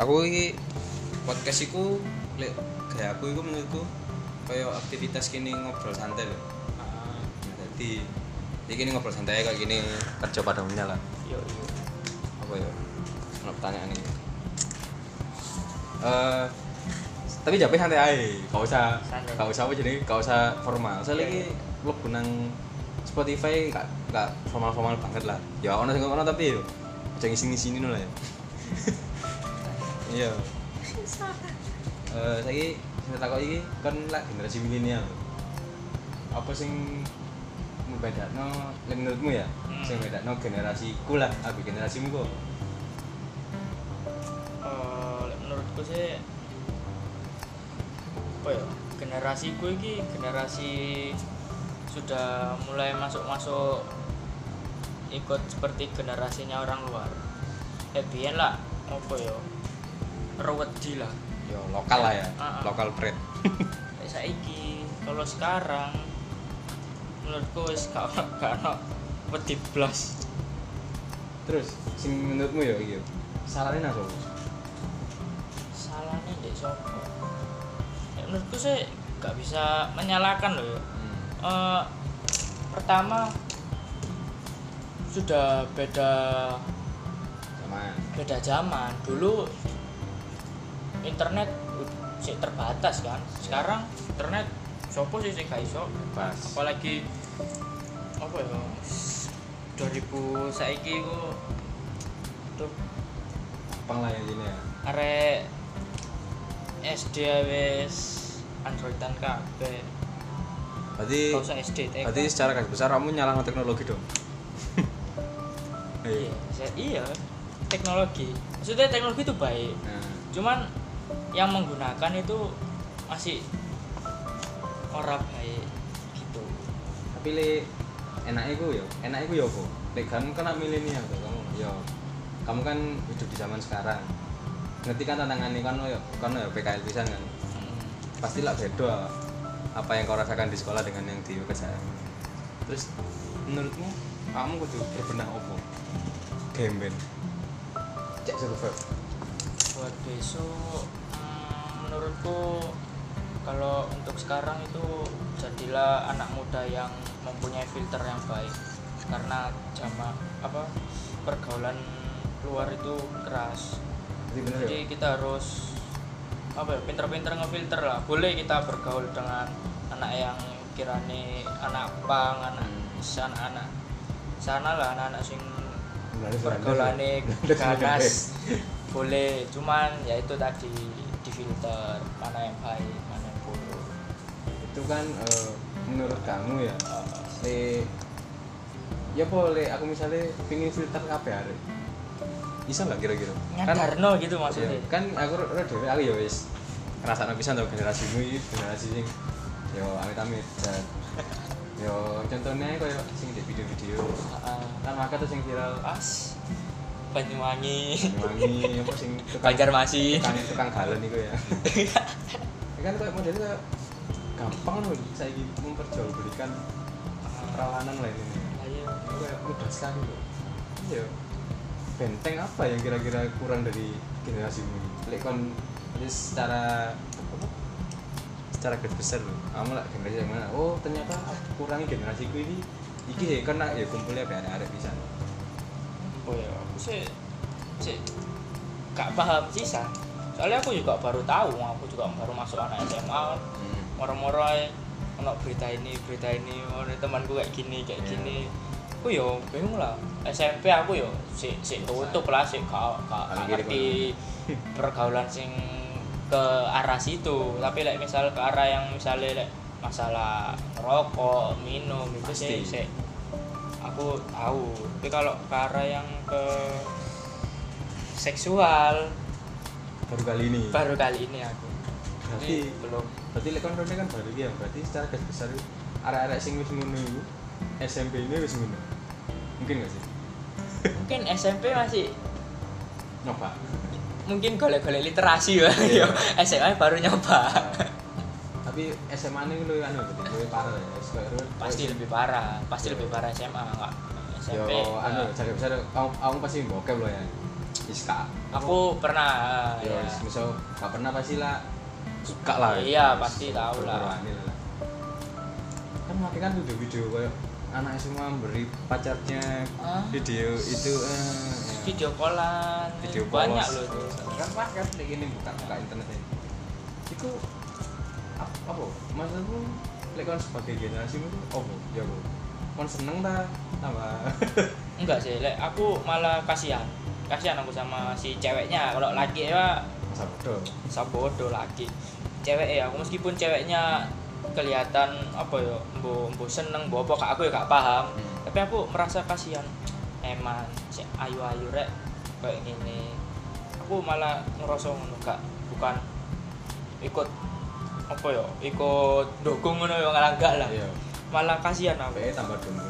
Aku iki podcast iku lek gaya aku iku menurutku kaya aktivitas kini ngobrol santai lho. Jadi iki ngobrol santai kayak gini kerja pada umumnya lah. Yo. Apa ya? Ono pertanyaan iki. Tapi jawabnya santai aja, gak usah apa jadi, gak usah formal. Soalnya ini vlog gunang Spotify gak formal banget lah. Ya ono sing ngono tapi yo aja ngisi-ngisi ngono lah ya. Iya. Saiki sing takok iki kan lek generasi milenial. Apa sing membedakno menurutmu ya? Sing bedakno generasiku lah, abi generasimu kok. Menurutku sih apa ya, generasiku ini generasi sudah mulai masuk ikut seperti generasinya orang luar. Biyen lah apa ya, rewedi lah. Yo lokal lah ya, lokal bread. Saiki kalau sekarang menurutku wis gak ono wedi blas. Terus sing menurutmu ya iki salahnya apa? Salahnya ndek sapa? Menurutku sih gak bisa menyalahkan loh ya. Pertama sudah beda zaman. Dulu internet sih terbatas kan. Sekarang internet sopo sih gak iso. Apalagi apa ya? 2000 saiki ku tuh pang lah ya gini ya. Arek SD wis Androidan kabeh. Berarti secara garis besar kamu nyalahno teknologi dong. Iya, teknologi. Maksudnya teknologi itu baik. Cuman yang menggunakan itu masih ora baik gitu. Tapi enaknya gue ya apa? Lek kamu kan anak milenial tuh kamu. Yo, kamu kan hidup di zaman sekarang. Ngerti kan tantangan ini kan ya PKL pisan kan. Pastilah beda apa yang kau rasakan di sekolah dengan yang di kerjaan. Terus menurutmu kamu kudu berbenah apa? Game cek survive buat besok. Menurutku kalau untuk sekarang itu jadilah anak muda yang mempunyai filter yang baik, karena pergaulan luar itu keras. Jadi kita harus pinter-pinter ngefilter lah. Boleh kita bergaul dengan anak yang kirane anak pang, anak sana lah, anak sing pergaulane ganas. Boleh, cuman ya itu tadi difilter mana yang baik, mana yang buruk. Itu kan menurut kamu ya. Ya boleh aku misalnya pingin filter kabeh arek. Bisa enggak kira-kira? Nyadarno gitu maksudnya. Iya, kan aku dhewe aku ya wis ngrasakno pisan to generasimu iki, generasi sing yo amit-amit. Yo contohnya koyo sing di video-video. Kan maka tuh sing viral Banyuwangi apa sing Banjarmasin tukang galon iku ya. Kan koyo modelnya gampang loh saiki memperjualbelikan perawanan lah ini. Ayo, kayak mudah sekali loh. Iya. Benteng apa yang kira-kira kurang dari generasimu ini? Lek kon secara garis besar loh. Kamu lah generasi yang mana? Oh, ternyata kurangi generasiku ini iki sih karena ya kumpulnya arek-arek pisan. Oh ya, aku sih gak paham sisa. Soalnya aku juga baru tahu, aku juga baru masuk anak SMA. Moro-moro ono berita ini, temanku kayak gini. Aku yo bingung lah. SMP aku yo sik tutup lah, sik gak ngerti pergaulan sing ke arah situ. Tapi misal ke arah yang misalnya masalah rokok, minum itu sih aku tahu. Tapi kalau ke arah yang ke seksual baru kali ini aku. Berarti belum. Berarti lek kon kan baru ya. Berarti secara garis besar arek-arek sing wis ngono iku SMP ini wis ngono. Mungkin enggak sih? Mungkin SMP masih nyoba. Mungkin golek-golek literasi ya. Yo SMA baru nyoba. Tapi SMA ini lebih lebih parah ya. Pasti lebih parah SMA enggak. SMP. Yo jaga besar kamu pasti bokep lo ya. Iska. Aku pernah Ya ya. misal gak pernah pasti lah suka lah. Iya, pasti tahu lah. Kan makin kan video-video kayak anak semua memberi pacarnya video itu Video callan. video banyak polos. loh itu. Kan pas kan kayak gini buka internet ini. Itu apa? Maksudku lek kon sebagai generasi itu apa? Ya apa? Kon seneng ta tambah Enggak sih, lek aku malah kasihan aku sama si ceweknya. Kalau laki ya masa bodoh. sabodo laki. Cewek ya, aku meskipun ceweknya kelihatan apa ya, mbo seneng, mbo apa aku ya gak paham. Tapi aku merasa kasihan. Eman, si ayu-ayu rek kayak gini. Aku malah ngerasa ngono bukan ikut apa ya, ikut dukung ngono ya malah enggak lah. Iya. Malah kasihan aku. Tambah dulu.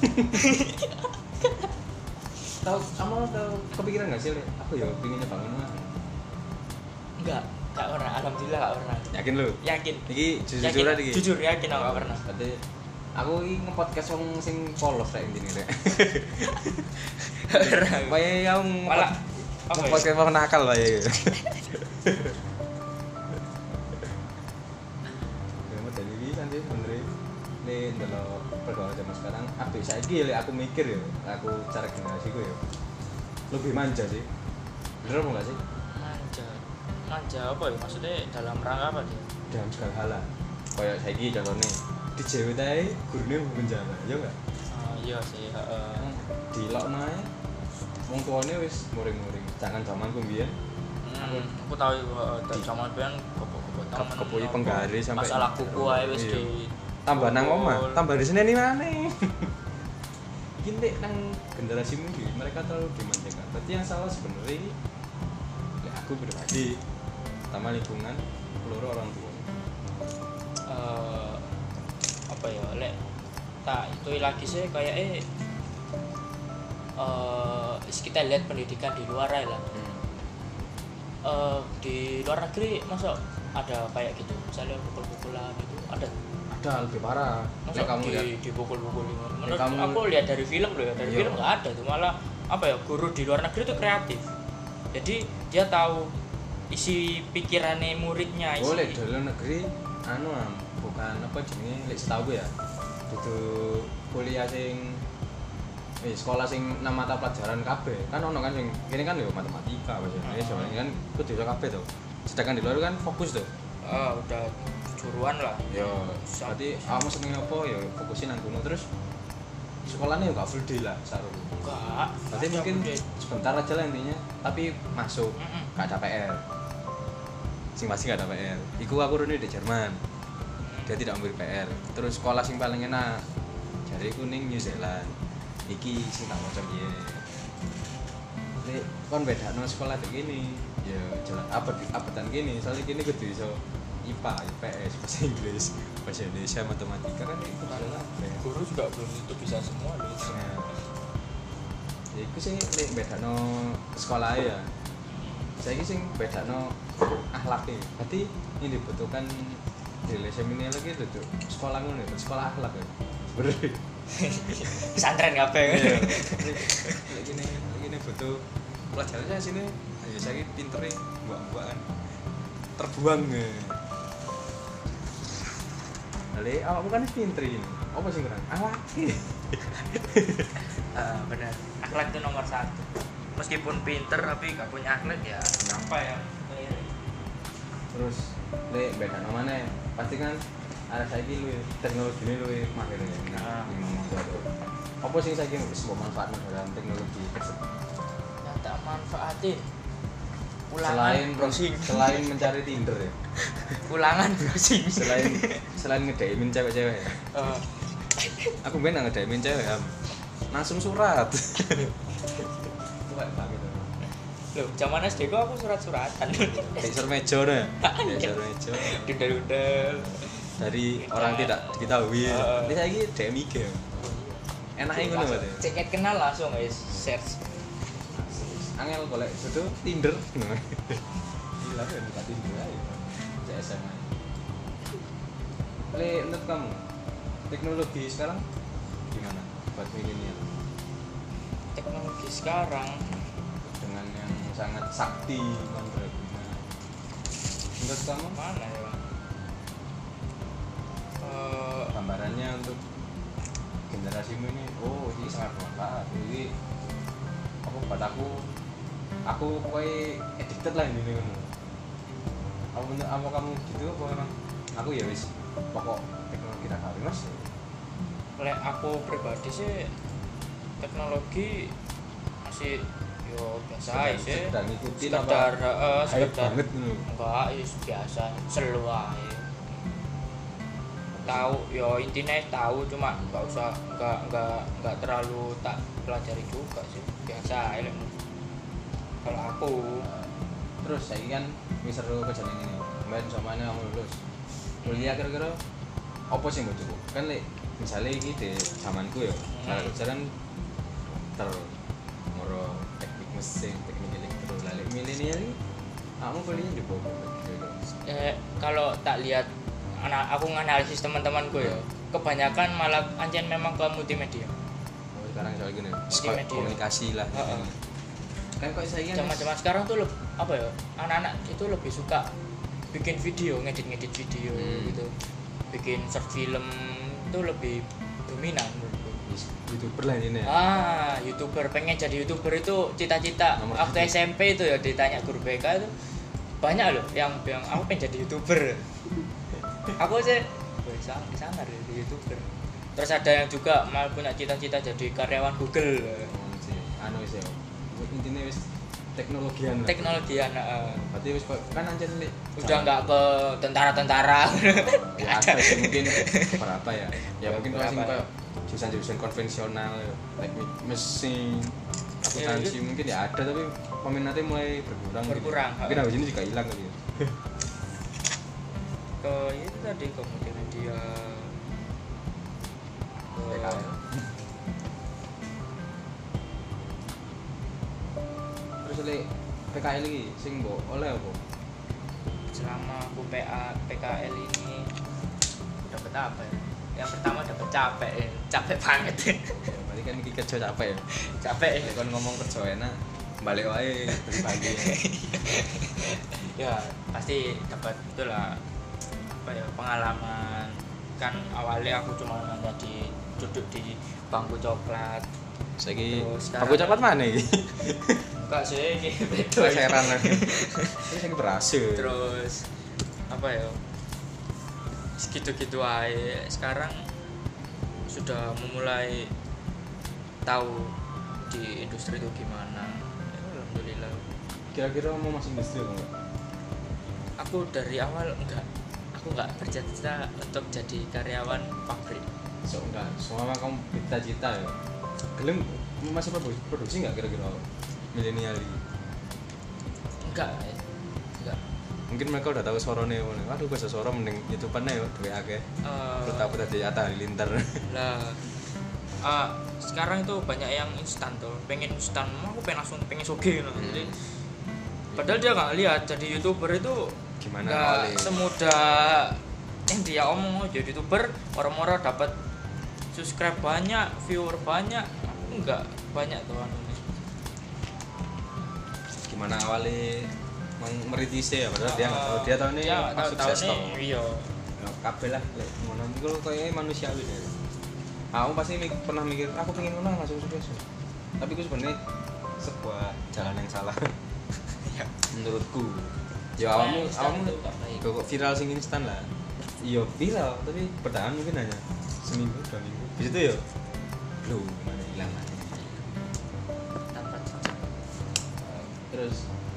Kamu tahu kepikiran nggak sih, Le? Aku ya pinginnya bangun mah. Enggak pernah. Alhamdulillah gak pernah. Yakin lu? Yakin. Iki jujur-jujuran iki. Jujur yakin aku gak pernah. Berarti aku iki nge-podcast wong sing polos rek intine rek. Gak pernah. Wae yang Malah apa ya? podcast wong nakal wae. Ya mau dari bisa sih bener. Nih ndelok perkara zaman sekarang apik saiki lek aku mikir ya, aku cara generasiku ya. Lebih manja sih. Bener apa enggak sih? Manja apa ya, maksudnya dalam rangka apa dia? Dalam segala hal lah. Kayak saiki contohnya di Jawa tae gurune penjara, ya enggak? Iya sih, heeh. Dilokno ae. Wong tuane wis muring-muring. Jangan zamanku mbiyen Aku tahu dari zaman biyen kepuyi penggari sampai masalah kuku ae wis iya. di Tambah nang omah, tambah di sini maneh. Iki nek nang generasimu iki mereka terlalu dimanjakan. Berarti yang salah sebenarnya ya aku pribadi sama lingkungan seluruh orang tua. apa ya, lek tak itu lagi sih kayak kita lihat pendidikan di luar aja lah. Di luar negeri masa ada kayak gitu, misalnya pukul-pukulan itu ada Lebih parah. masa Kamu lihat dipukul-pukul. Menurut kamu- aku lihat dari film loh ya, dari Iya. film nggak ada tuh, malah apa ya, guru di luar negeri itu kreatif, jadi dia tahu isi pikirannya muridnya, boleh di luar negeri bukan apa jenenge lek setahu ya. Itu kuliah sing sekolah sing 6 mata pelajaran kabeh. Kan ono kan sing kene kan yo matematika bahasa Indonesia kan kudu iso kabeh to. Sedangkan di luar kan fokus to. udah juruan lah. Ya, berarti kamu seneng apa ya fokusin nang kono terus sekolahnya juga full day lah saru. Enggak. Berarti mungkin sebentar aja lah intinya, tapi masuk gak ada PR. Sing pasti gak ada PR. Iku aku rene di Jerman. Dia tidak ambil PR. Terus sekolah sing paling enak jare iku ning New Zealand. Iki sing tak waca piye. Nek kon bedakno sekolah kayak gini, ya jelas abetan gini, soalnya gini kudu iso IPA, IPS, bahasa Inggris, bahasa Indonesia, matematika kan itu adalah Guru juga belum tentu bisa semua loh. nah, ya itu sih nek bedakno sekolah ya. Saiki sing bedakno akhlake. Berarti ini dibutuhkan di seminal lagi itu sekolah ngono, sekolah akhlak ya. Bener. Pesantren kabeh. Lagi butuh pelajarannya sini. Ya saiki pintere mbak-mbakan terbuang ya. Lha awakmu kan pinter ini. Apa sing kurang? Akhlak. Benar. Akhlak itu nomor 1. Meskipun pinter tapi gak punya akhlak ya apa ya? Terus lek beda namanya pasti kan ada saiki luwih teknologi ini luwih mahir ya. Nah, ngomong itu. Apa sing saiki wis mbok manfaatno dalam teknologi tersebut? Yang tak manfaatin. Selain mencari Tinder ya. Ulangan browsing. Selain ngedaimin cewek-cewek ya. Aku ben ngedaimin cewek ya. Langsung surat. Kayak banget. Loh, zaman SD kok aku surat-suratan. Di Surmejo nah. Di Surmejo. Dundel-dundel. Dari orang tidak diketahui. Ini saiki DM IG. Enake ngono berarti. Ceket kenal langsung guys, search. Angel golek itu Tinder. Gila kan buka Tinder aja. SMA. Menurut kamu teknologi sekarang gimana buat milenial? Teknologi sekarang Dengan yang sangat sakti mandraguna. Menurut kamu mana ya Bang? Gambarannya untuk generasimu ini, oh ini sangat bermanfaat. Jadi buat aku pokoknya addicted lah ini kan. Apa kamu gitu apa memang? Aku ya wis pokok teknologi tak kali mas. Lek aku pribadi sih teknologi masih yo biasa aja sih. Sekedar ngikutin Sekedar hype sekedar banget gitu. enggak ya biasa selu ae. Tahu yo intinya tahu cuma enggak terlalu tak pelajari juga sih. Biasa aja kalau aku. Terus saya kan wis seru kejadian ini. Kemarin samane kamu lulus. Kuliah kira-kira apa sih mau cukup? Kan lek misalnya iki di zamanku ya, cara kerja kan moro teknik mesin, teknik elektro. Lah lek milenial iki kamu kuliahnya di bawah gitu. Kalau tak lihat aku nganalisis teman-temanku ya, kebanyakan malah ancen memang ke multimedia. Oh, sekarang soal gini, Multimedia. komunikasi lah. Kan kok saya kan Zaman-zaman sekarang tuh apa ya? Anak-anak itu lebih suka bikin video, ngedit video gitu. Bikin short film itu lebih dominan menurutku. YouTuber lah ini ya. YouTuber, pengen jadi YouTuber itu cita-cita Nomor waktu satu. SMP itu ya, ditanya guru BK itu banyak loh yang bilang aku pengen jadi YouTuber. Aku sih di sana jadi YouTuber. Terus ada yang juga mau punya cita-cita jadi karyawan Google. Anu sih. Intinya wis teknologian. Teknologian, Berarti wis kan anjir nek udah nggak ke tentara-tentara. ya ada sih mungkin berapa ya? Ya mungkin Berapa masih ya? kayak jurusan-jurusan konvensional, teknik mesin, akuntansi gitu. mungkin ya ada tapi peminatnya mulai berkurang. Berkurang, Mungkin habis ini juga hilang kali ya. Ke itu tadi ke multimedia. PKL. Terus lek PKL iki sing mbok oleh apa? Selama aku PKL ini dapat apa ya? Yang pertama dapat capek banget. Berarti kan iki kerja capek ya. Capek. Lek kon ngomong kerja enak, balik wae berbagi. Ya pasti dapat itulah apa ya, pengalaman. Kan awalnya aku cuma hanya duduk di bangku coklat. Saiki Terus aku sekarang- coklat mana iki? Enggak sih, ini beda. Heran lah. Terus saiki berhasil. Terus apa ya, segitu-gitu aja. Sekarang sudah memulai tahu di industri itu gimana. Ya, alhamdulillah. Kira-kira mau masuk industri apa enggak? Aku dari awal aku nggak bercita-cita untuk jadi karyawan pabrik. So enggak, selama kamu cita-cita ya. Gelem masih produksi enggak kira-kira milenial ini? Enggak. Mungkin mereka udah tahu sorone ngono. Aduh bahasa soro mending YouTube-an ya duwe akeh. Terus aku tadi Atta Halilintar. Lah sekarang itu banyak yang instan tuh, pengen instan, aku pengen langsung pengen soge gitu. Jadi padahal dia nggak lihat jadi YouTuber itu Gimana nggak awalnya? semudah yang dia omong. Jadi YouTuber orang-orang dapat subscribe banyak, viewer banyak, aku nggak banyak tuh anunya. Gimana awalnya merintisnya ya padahal dia enggak tahu. Dia tahu nih dia nggak tahu sukses nih, toh. iya. Ya kabeh lah lek ngono iki kalau kayaknya manusiawi deh. Aku pasti pernah mikir aku pengen ngono langsung sukses. Tapi itu sebenarnya sebuah jalan yang salah. Ya. Menurutku. Ya awakmu Instan itu nggak baik. kok viral sing instan lah. Iya viral tapi bertahan mungkin hanya seminggu 2 minggu. Habis itu ya belum mana hilang lah. Tanpa Terus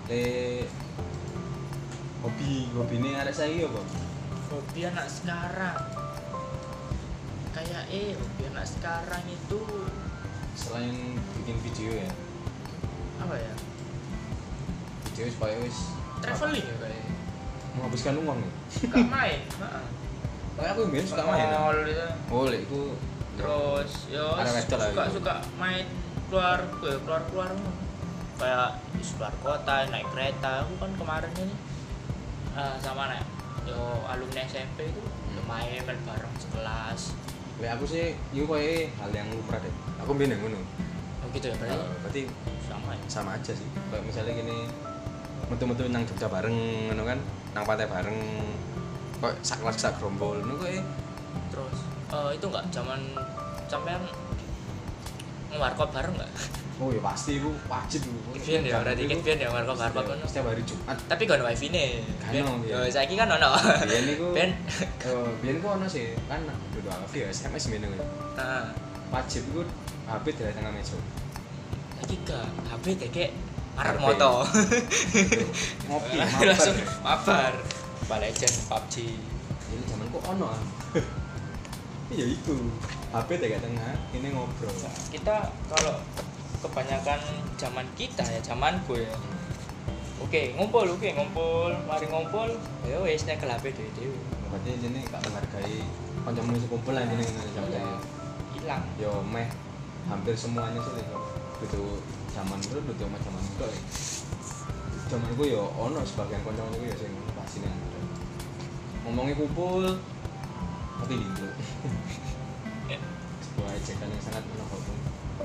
hobi ini ada saya apa? hobi anak sekarang kayak hobi anak sekarang itu Selain bikin video ya, apa ya, video supaya wis traveling ya kayak menghabiskan uang ya. gak main. Kayak aku biasa suka main. Ya? Mall gitu. Oh, lek iku Terus ya Ada wedok lah gitu. suka main keluar kayak di luar kota, naik kereta. Aku kan kemarin ini sama anak alumni SMP itu main bareng sekelas. lek aku sih iku koyo hal yang lumrah deh. Aku mbien yang ngono. gitu ya berarti. Berarti Sama ya. sama aja sih. Kayak misalnya gini metu-metu nang Jogja bareng ngono kan, nang pantai bareng kok sak kelas sak gerombol ngono kok Terus itu enggak zaman sampean ngewarkop bareng enggak? oh ya pasti itu wajib itu. Biyen ya berarti biyen ya warkop kono. Setiap hari Jumat. Tapi gak ono wifi-ne. Gak ono, Yo biyen. saiki kan ono. Biyen niku Ben. biyen kok ono sih kan dudu wifi ya SMS meneng ya. Nah, Wajib iku HP dari tengah meja. saiki gak HP tekek arep HP. moto. Ngopi Langsung mabar. mabar. Mobile Legends, PUBG. Ini zaman kok ono ah. Iya itu. HP tengah tengah ini ngobrol. Kita kalau kebanyakan zaman kita ya, zamanku ya. Oke, ngumpul, mari ngumpul. Ya wis nek HP dhewe-dhewe. Berarti ini gak menghargai kancamu sekumpul lah ini zaman Iya. saya. Hilang. Yo meh hampir semuanya sih kok. Itu zaman dulu udah zaman dulu. Zaman gue yo ono sebagian kancamu gue ya sing pasti nih. Ngomongnya kumpul tapi dulu. Sebuah ejekan yang sangat menakutkan.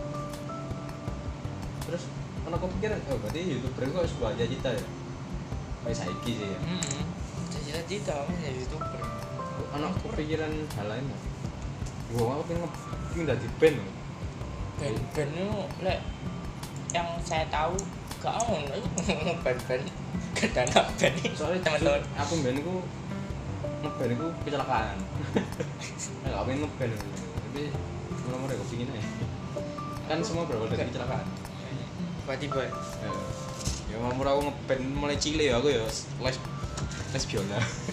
Terus kan aku pikir oh berarti YouTuber kok sebuah cita ya. Kayak saiki sih ya. Cita-cita menjadi YouTuber. Anak kepikiran hal lain nggak? Gua aku pengen dadi band loh. Band itu lek yang saya tahu gak ono band-band kedana band ini. Soalnya teman-teman aku band itu ngeband itu kecelakaan. Nggak pengen ngeband tapi mulai-mulai aku pingin aja. Kan semua berawal dari kecelakaan. tiba-tiba Ya mau aku ngeband mulai cilik ya aku ya les biola.